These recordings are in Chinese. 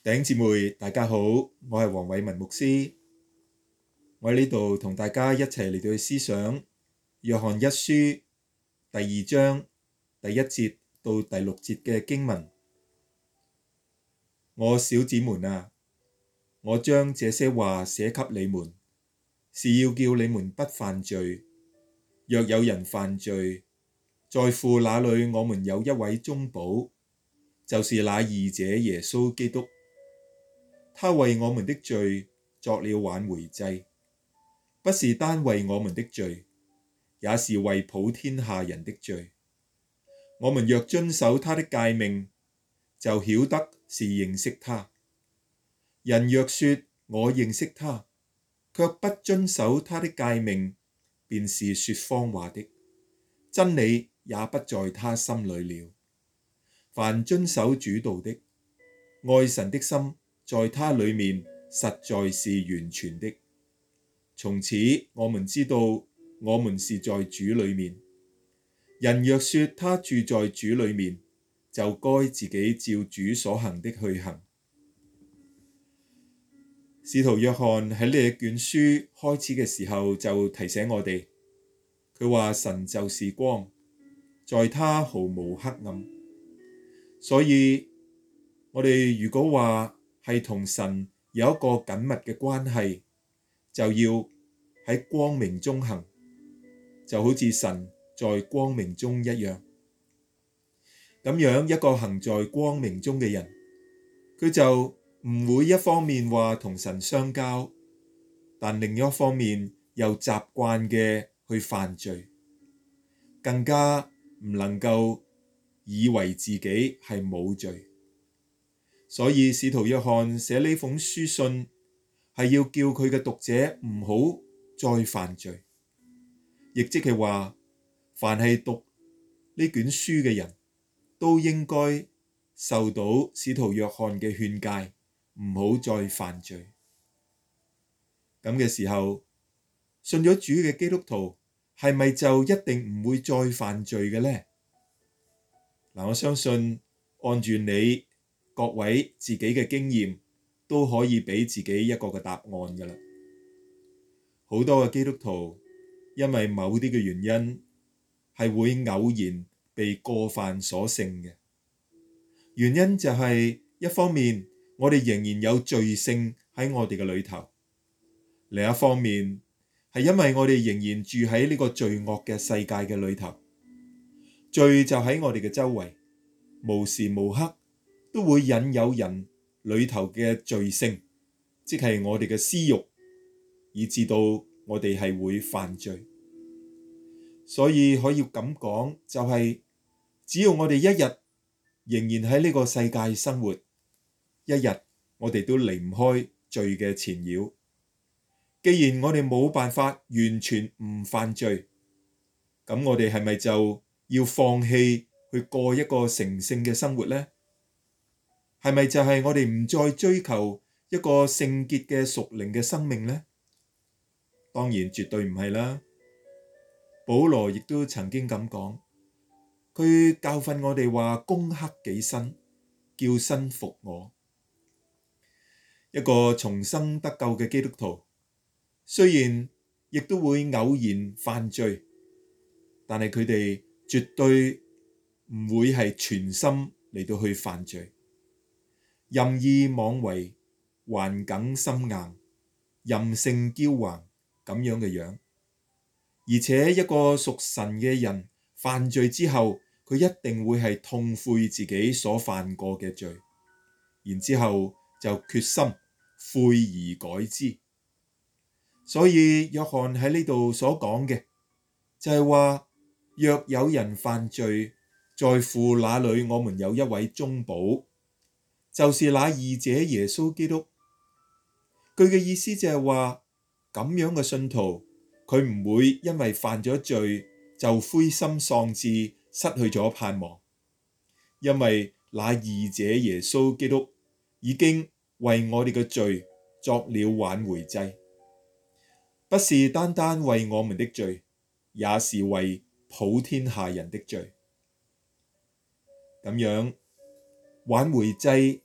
弟兄姊妹，大家好，我係黃偉文牧師。我喺呢度同大家一齊嚟到去思想約翰一書第2章第1節到第6節嘅經文。我小子們啊，我將這些話寫給你們，是要叫你們不犯罪。若有人犯罪，在父那裡我們有一位中保，就是那義者耶穌基督。他為我們的罪作了挽回祭，不是單為我們的罪，也是為普天下人的罪。我們若遵守他的誡命，就曉得是認識他。人若說我認識他，卻不遵守他的誡命，便是說謊話的，真理也不在他心裡了。凡遵守主道的，愛神的心在他裡面實在是完全的。從此我們知道我們是在主裡面。人若說他住在主裡面，就該自己照主所行的去行。使徒約翰喺呢一卷書開始嘅時候就提醒我哋，佢話神就是光，在他毫無黑暗。所以我哋如果話係同神有一個緊密嘅關係，就要喺光明中行，就好似神在光明中一樣。咁樣一個行在光明中嘅人，佢就唔會一方面話同神相交，但另一方面又習慣嘅去犯罪，更加唔能夠以為自己係冇罪。所以使徒約翰寫呢封書信係要叫佢嘅讀者唔好再犯罪，亦即係話凡係讀呢卷書嘅人都應該受到使徒約翰嘅勸誡，唔好再犯罪。咁嘅時候，信咗主嘅基督徒係咪就一定唔會再犯罪嘅呢？我相信按住你各位自己嘅經驗，都可以俾自己一個嘅答案㗎啦。好多嘅基督徒因為某啲嘅原因，係會偶然被過犯所勝嘅。原因就係一方面，我哋仍然有罪性喺我哋嘅裏頭；另一方面，係因為我哋仍然住喺呢個罪惡嘅世界嘅裏頭，罪就喺我哋嘅周圍，無時無刻都會引誘人裏頭嘅罪性，即係我哋嘅私慾，以致到我哋係會犯罪。所以可以咁講，就係只要我哋一日仍然喺呢個世界生活，一日我哋都離唔開罪嘅纏繞。既然我哋冇辦法完全唔犯罪，咁我哋係咪就要放棄去過一個成聖嘅生活呢？係咪就係我哋唔再追求一個聖潔嘅屬靈嘅生命呢？當然絕對唔係啦。保羅亦都曾經咁講，佢教訓我哋話攻克己身，叫身服我。一個重生得救嘅基督徒，雖然亦都會偶然犯罪，但係佢哋絕對唔會係全心嚟到去犯罪，任意妄為、頑梗心硬、任性驕橫咁樣嘅樣。而且一個屬神嘅人犯罪之後，佢一定會係痛悔自己所犯過嘅罪，然之後就決心悔而改之。所以約翰喺呢度所講嘅就係話，若有人犯罪，在父那裡我們有一位中保，就是那義者耶穌基督。佢嘅意思就係話，咁樣嘅信徒，佢唔會因為犯咗罪就灰心喪志，失去咗盼望，因為那義者耶穌基督已經為我哋嘅罪作了挽回祭，不是單單為我們的罪，也是為普天下人的罪。咁樣挽回祭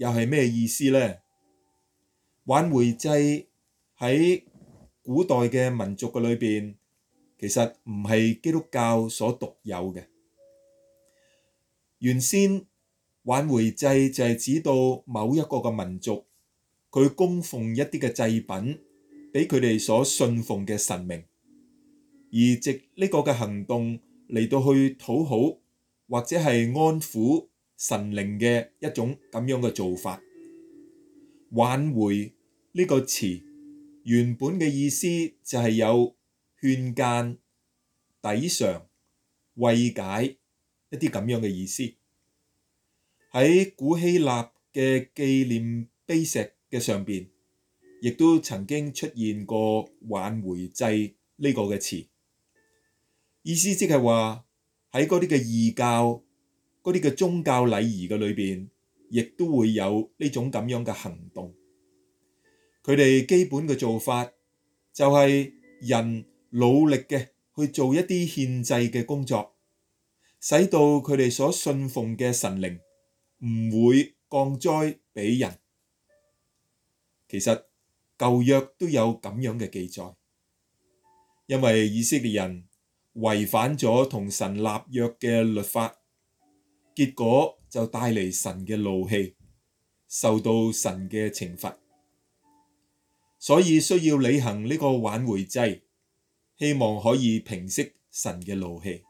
又係咩意思呢？挽回祭喺古代嘅民族嘅裏邊，其實唔係基督教所獨有嘅。原先挽回祭就係指到某一個嘅民族，佢供奉一啲嘅祭品俾佢哋所信奉嘅神明，而藉呢個嘅行動嚟到去討好或者係安撫神靈嘅一種咁樣嘅做法。挽回呢個詞原本嘅意思就係有勸諫、抵償、慰解一啲咁樣嘅意思。喺古希臘嘅紀念碑石嘅上邊，亦都曾經出現過挽回祭呢個嘅詞，意思即係話喺嗰啲嘅異教、嗰啲嘅宗教禮儀嘅裏邊，亦都會有呢種咁樣嘅行動。佢哋基本嘅做法就係人努力嘅去做一啲獻祭嘅工作，使到佢哋所信奉嘅神靈唔會降災俾人。其實舊約都有咁樣嘅記載，因為以色列人違反咗同神立約嘅律法，結果就帶嚟神嘅怒氣，受到神嘅懲罰，所以需要履行呢個挽回祭，希望可以平息神嘅怒氣。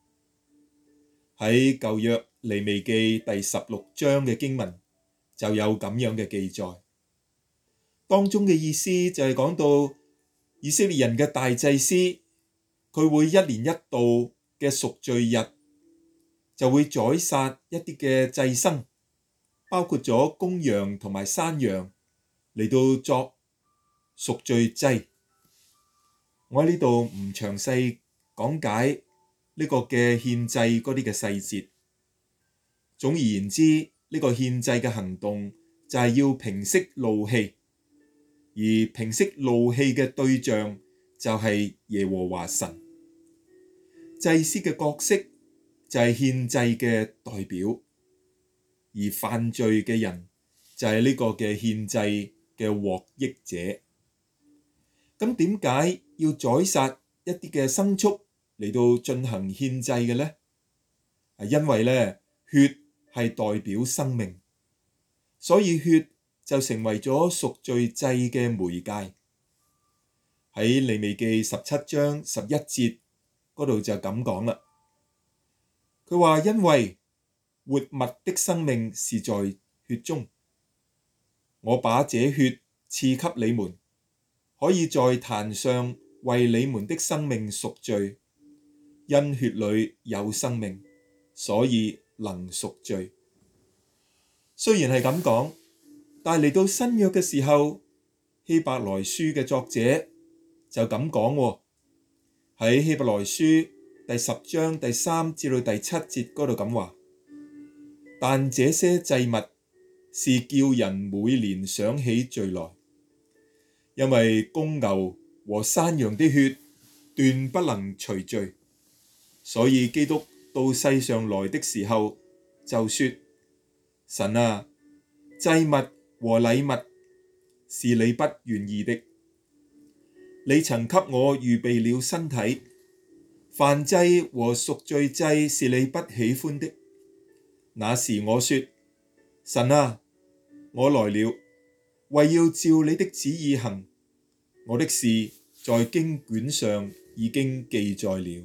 喺舊約利未記第16章嘅經文就有咁樣嘅記載，當中嘅意思就係講到以色列人嘅大祭司，佢會一年一度嘅贖罪日就會宰殺一啲嘅祭牲，包括咗公羊同埋山羊嚟到作贖罪祭。我喺呢度唔詳細講解呢個嘅獻祭嗰啲嘅細節。總而言之，呢個獻祭嘅行動就係要平息怒氣，而平息怒氣嘅對象就係耶和華神。祭司嘅角色就係獻祭嘅代表，而犯罪嘅人就係呢個嘅獻祭嘅獲益者。咁點解要宰殺一啲嘅牲畜嚟到進行獻祭嘅呢？因為咧，血係代表生命，所以血就成為咗贖罪祭嘅媒介。喺利未記17章11節嗰度就咁講啦。佢話：因為活物的生命是在血中，我把這血賜給你們，可以在壇上為你們的生命贖罪，因血裡有生命，所以能贖罪。雖然係咁講，但係嚟到新約嘅時候，希伯來書嘅作者就咁講喎。喺希伯來書第10章第3至到第7節嗰度咁話：但這些祭物是叫人每年想起罪來，因為公牛和山羊的血斷不能除罪，所以基督到世上來的時候就說：神啊，祭物和禮物是你不願意的，你曾給我預備了身體，燔祭和贖罪祭是你不喜歡的。那時我說：神啊，我來了，為要照你的旨意行，我的事在經卷上已經記載了。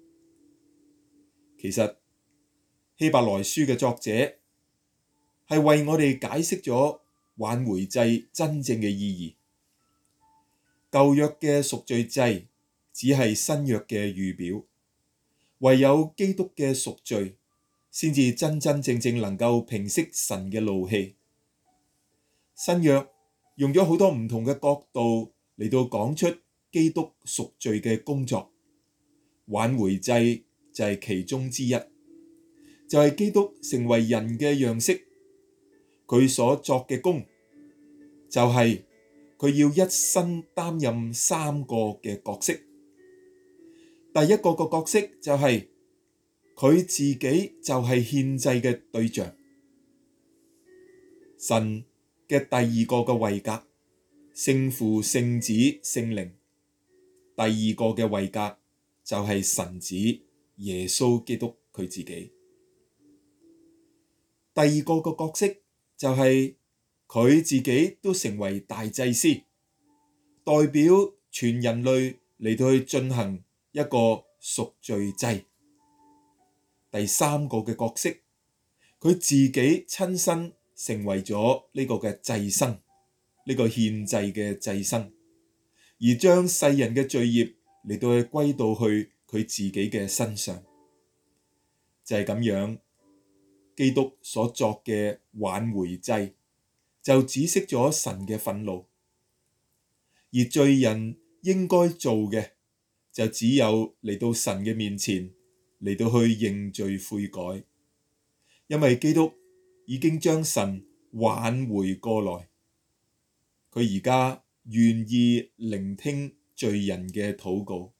其實希伯來書嘅作者係為我哋解釋咗挽回祭真正嘅意義。舊約嘅贖罪祭只係新約嘅預表，唯有基督嘅贖罪先至真真正正能夠平息神嘅怒氣。新約用咗好多唔同嘅角度嚟到講出基督贖罪嘅工作，挽回祭就係其中之一，就係基督成為人嘅樣式，佢所作嘅工就係佢要一生擔任3個嘅角色。第一個嘅角色就係佢自己就係獻祭嘅對象， 神嘅第二個嘅位格，聖父、聖子、聖靈。第二個嘅位格就係神子耶穌基督佢自己。第二個嘅角色就係佢自己都成為大祭司，代表全人類嚟到去進行一個贖罪祭。第三個嘅角色，佢自己親身成為咗呢個嘅祭牲，呢個獻祭嘅祭牲，而將世人嘅罪孽嚟到去歸到去佢自己嘅身上。就係咁樣，基督所作嘅挽回祭就止息咗神嘅憤怒，而罪人應該做嘅就只有嚟到神嘅面前嚟到去認罪悔改，因為基督已經將神挽回過來，佢而家願意聆聽罪人嘅禱告。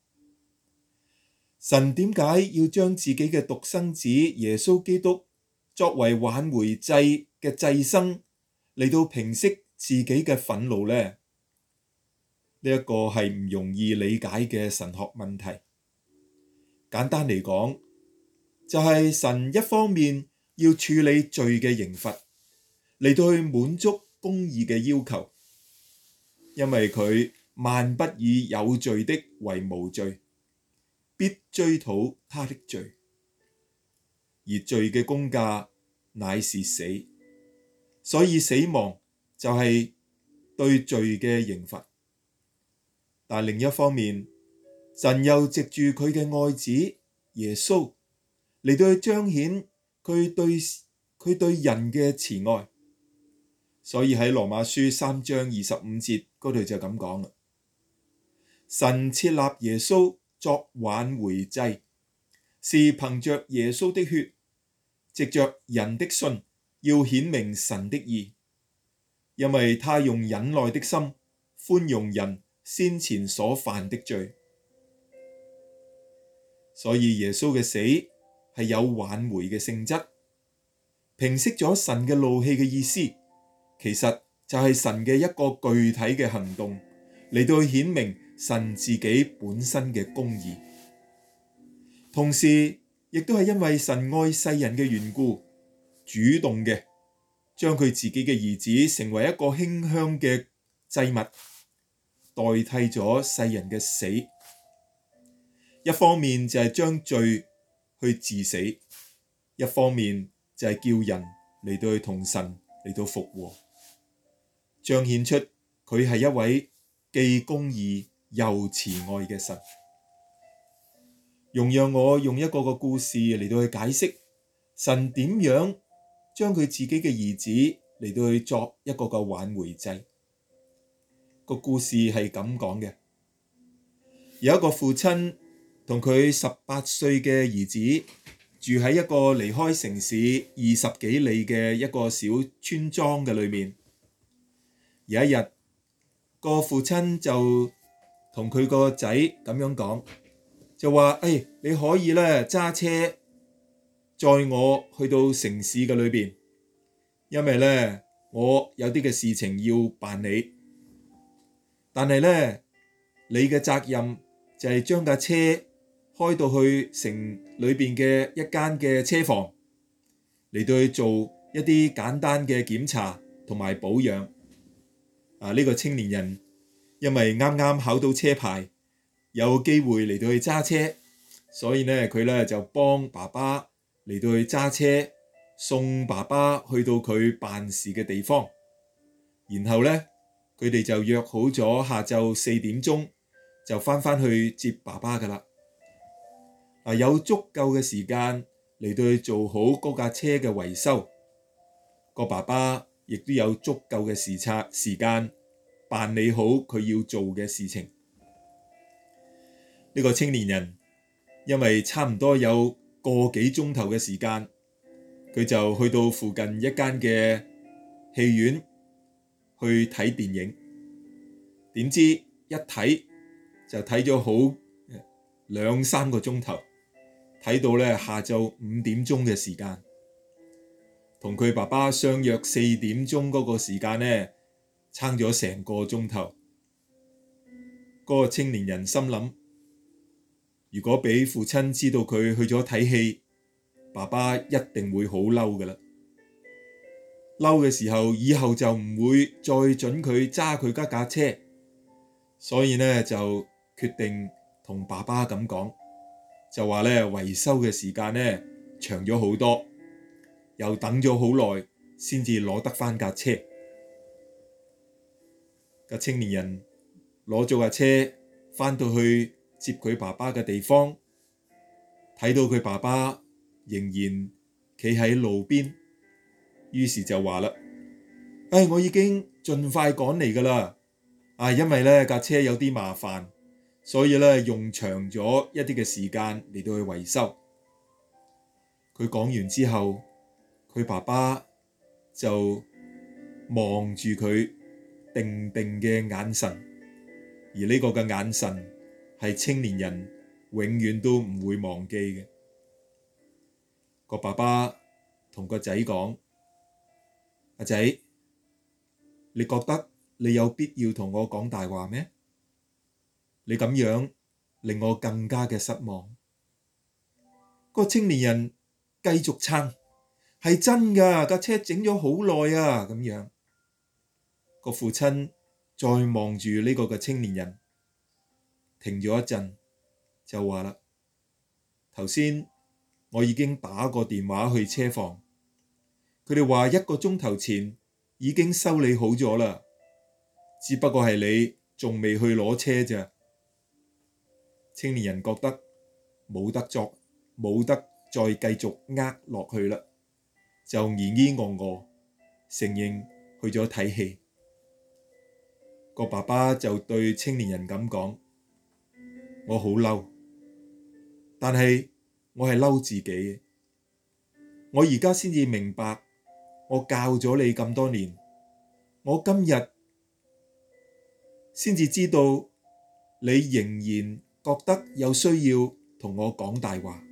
神點解要將自己嘅獨生子耶穌基督作為挽回祭嘅祭牲嚟到平息自己嘅憤怒呢？呢一個係唔容易理解嘅神學問題。簡單嚟講，就係神一方面要處理罪嘅刑罰，嚟到去滿足公義嘅要求，因為佢萬不以有罪的為無罪，必追討他的罪，而罪嘅工價乃是死，所以死亡就係對罪嘅刑罰。但另一方面，神又藉住佢嘅愛子耶穌嚟到去彰顯佢對人嘅慈愛，所以喺羅馬書3章25節嗰度就咁講啦：神設立耶穌作挽回祭，是憑着耶穌的血，藉着人的信，要顯明神的義，因為他用忍耐的心寬容人先前所犯的罪。所以耶穌嘅死係有挽回嘅性質，平息咗神嘅怒氣嘅意思，其實就係神嘅一個具體嘅行動，嚟到去顯明神自己本身嘅公義。同時亦都係因為神愛世人嘅緣故，主動嘅將佢自己嘅兒子成為一個馨香嘅祭物，代替咗世人嘅死。一方面就係將罪去治死，一方面就係叫人嚟到去同神嚟到復和，彰顯出佢係一位既公義又慈愛嘅神。容讓我用一個故事嚟到去解釋神點樣將佢自己嘅兒子嚟到去作一個挽回祭。個故事係咁講嘅：有一個父親同佢18歲嘅兒子住喺一個離開城市20幾里嘅一個小村莊嘅裏面。有一日，個父親就同佢個仔咁樣講，就話：你可以咧揸車載我去到城市嘅裏邊，因為咧我有啲嘅事情要辦理。但係咧，你嘅責任就係將架車開到去城裏邊嘅一間嘅車房，嚟到去做一啲簡單嘅檢查同埋保養。呢個青年人因為啱啱考到車牌，有機會嚟到去揸車，所以呢，佢呢就幫爸爸嚟到去揸車，送爸爸去到佢辦事嘅地方。然後呢，佢哋就約好咗下晝4點鐘就返去接爸爸㗎喇。有足夠嘅時間嚟到去做好嗰架車嘅維修，個爸爸亦都有足夠嘅時間辦理好佢要做嘅事情。呢個青年人因為差唔多有個幾鐘頭嘅時間，佢就去到附近一間嘅戲院去睇電影。點知一睇就睇咗好2-3個鐘頭，睇到咧下晝5點鐘嘅時間。 同佢爸爸相約4點鐘嗰個時間呢，撐咗成個鐘頭。嗰個青年人心諗，如果俾父親知道佢去咗睇戲，爸爸一定會好嬲㗎喇。嬲嘅時候，以後就唔會再准佢揸佢家架車，所以呢就決定同爸爸咁講，就話呢維修嘅時間呢長咗好多，又等咗好耐先至攞得返架車。個青年人攞咗架車返到去接佢爸爸嘅地方，睇到佢爸爸仍然企喺路邊，於是就話啦：我已經盡快趕嚟㗎啦，因為呢架車有啲麻煩，所以呢用長咗一啲嘅時間嚟到去維修。佢講完之後，佢爸爸就望住佢定定嘅眼神，而呢個嘅眼神係青年人永遠都唔會忘記嘅。個爸爸同個仔講：阿仔，你覺得你有必要同我講大話咩？你咁樣令我更加嘅失望。個青年人繼續撐：係真㗎，架車整咗好耐啊，咁樣。個父親再望住呢個嘅青年人，停咗一陣，就話啦：頭先我已經打過電話去車房，佢哋話1個鐘頭前已經修理好咗啦，只不過係你仲未去攞車咋。青年人覺得冇得再繼續落去啦，就咿咿承認去咗睇戲。個爸爸就對青年人咁講：我好嬲，但係我係嬲自己。我而家先至明白，我教咗你咁多年，我今日先至知道你仍然覺得有需要同我講大話。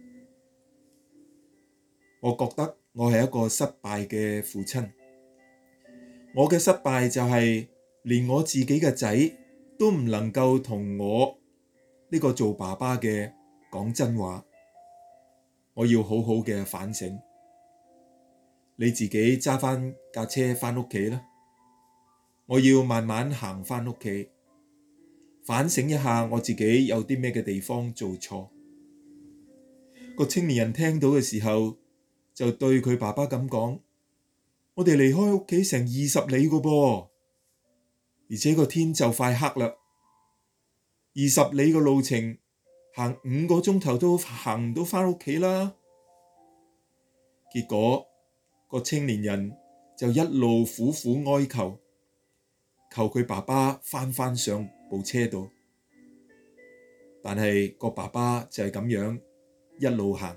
我覺得我係一個失敗嘅父親，我嘅失敗就係連我自己嘅仔都唔能夠同我呢個做爸爸嘅講真話。我要好好嘅反省。你自己揸返架車返屋企啦，我要慢慢行返屋企，反省一下我自己有啲咩嘅地方做錯。個青年人聽到嘅時候，就對佢爸爸咁講：我哋離開屋企成20里㗎噃，而且個天就快黑啦，20里嘅路程行5個鐘頭都行唔到返屋企啦。結果個青年人就一路苦苦哀求佢爸爸返上部車度，但係個爸爸就係咁樣一路行，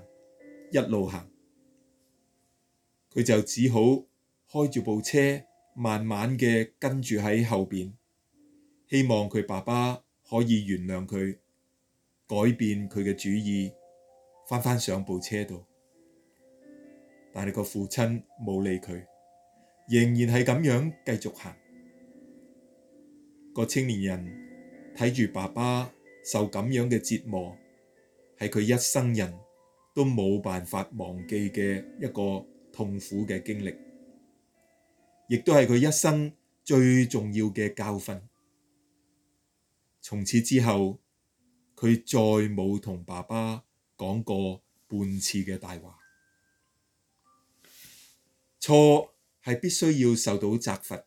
佢就只好開住部車慢慢嘅跟住喺後邊，希望佢爸爸可以原諒佢，改變佢嘅主意，返上部車度。但係個父親冇理佢，仍然係咁樣繼續行。個青年人睇住爸爸受咁樣嘅折磨，係佢一生人都冇辦法忘記嘅一個痛苦嘅經歷，亦都係佢一生最重要嘅教訓。從此之後，佢再冇同爸爸講過半次嘅大話。錯係必須要受到責罰，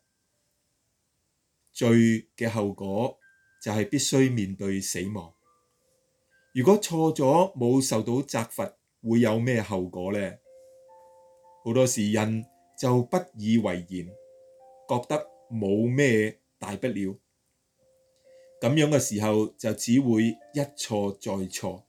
罪嘅後果就係必須面對死亡。如果錯咗冇受到責罰，會有咩後果呢？好多時人就不以為然，覺得冇咩大不了，咁樣嘅時候就只會一錯再錯。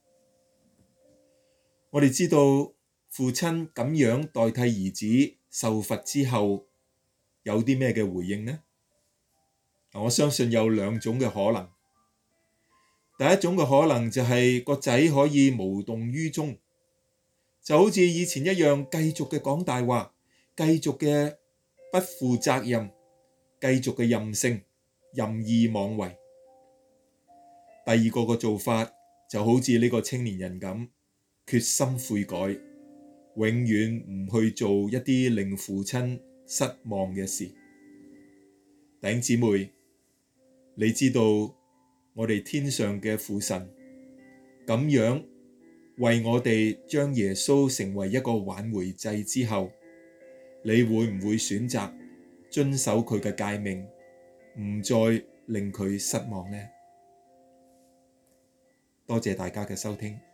我哋知道父親咁樣代替兒子受罰之後，有啲咩嘅回應呢？我相信有2種嘅可能。第一種嘅可能就係個仔可以無動於衷，就好似以前一樣繼續嘅講大話， 繼續嘅不負責任，繼續嘅任性、任意妄為。第二個嘅做法就好似呢個青年人咁，決心悔改，永遠唔去做一啲令父親失望嘅事。弟兄姊妹，你知道我哋天上嘅父神咁樣為我哋將耶穌成為一個挽回祭之後，你會唔會選擇遵守佢嘅誡命，唔再令佢失望呢？多謝大家嘅收聽。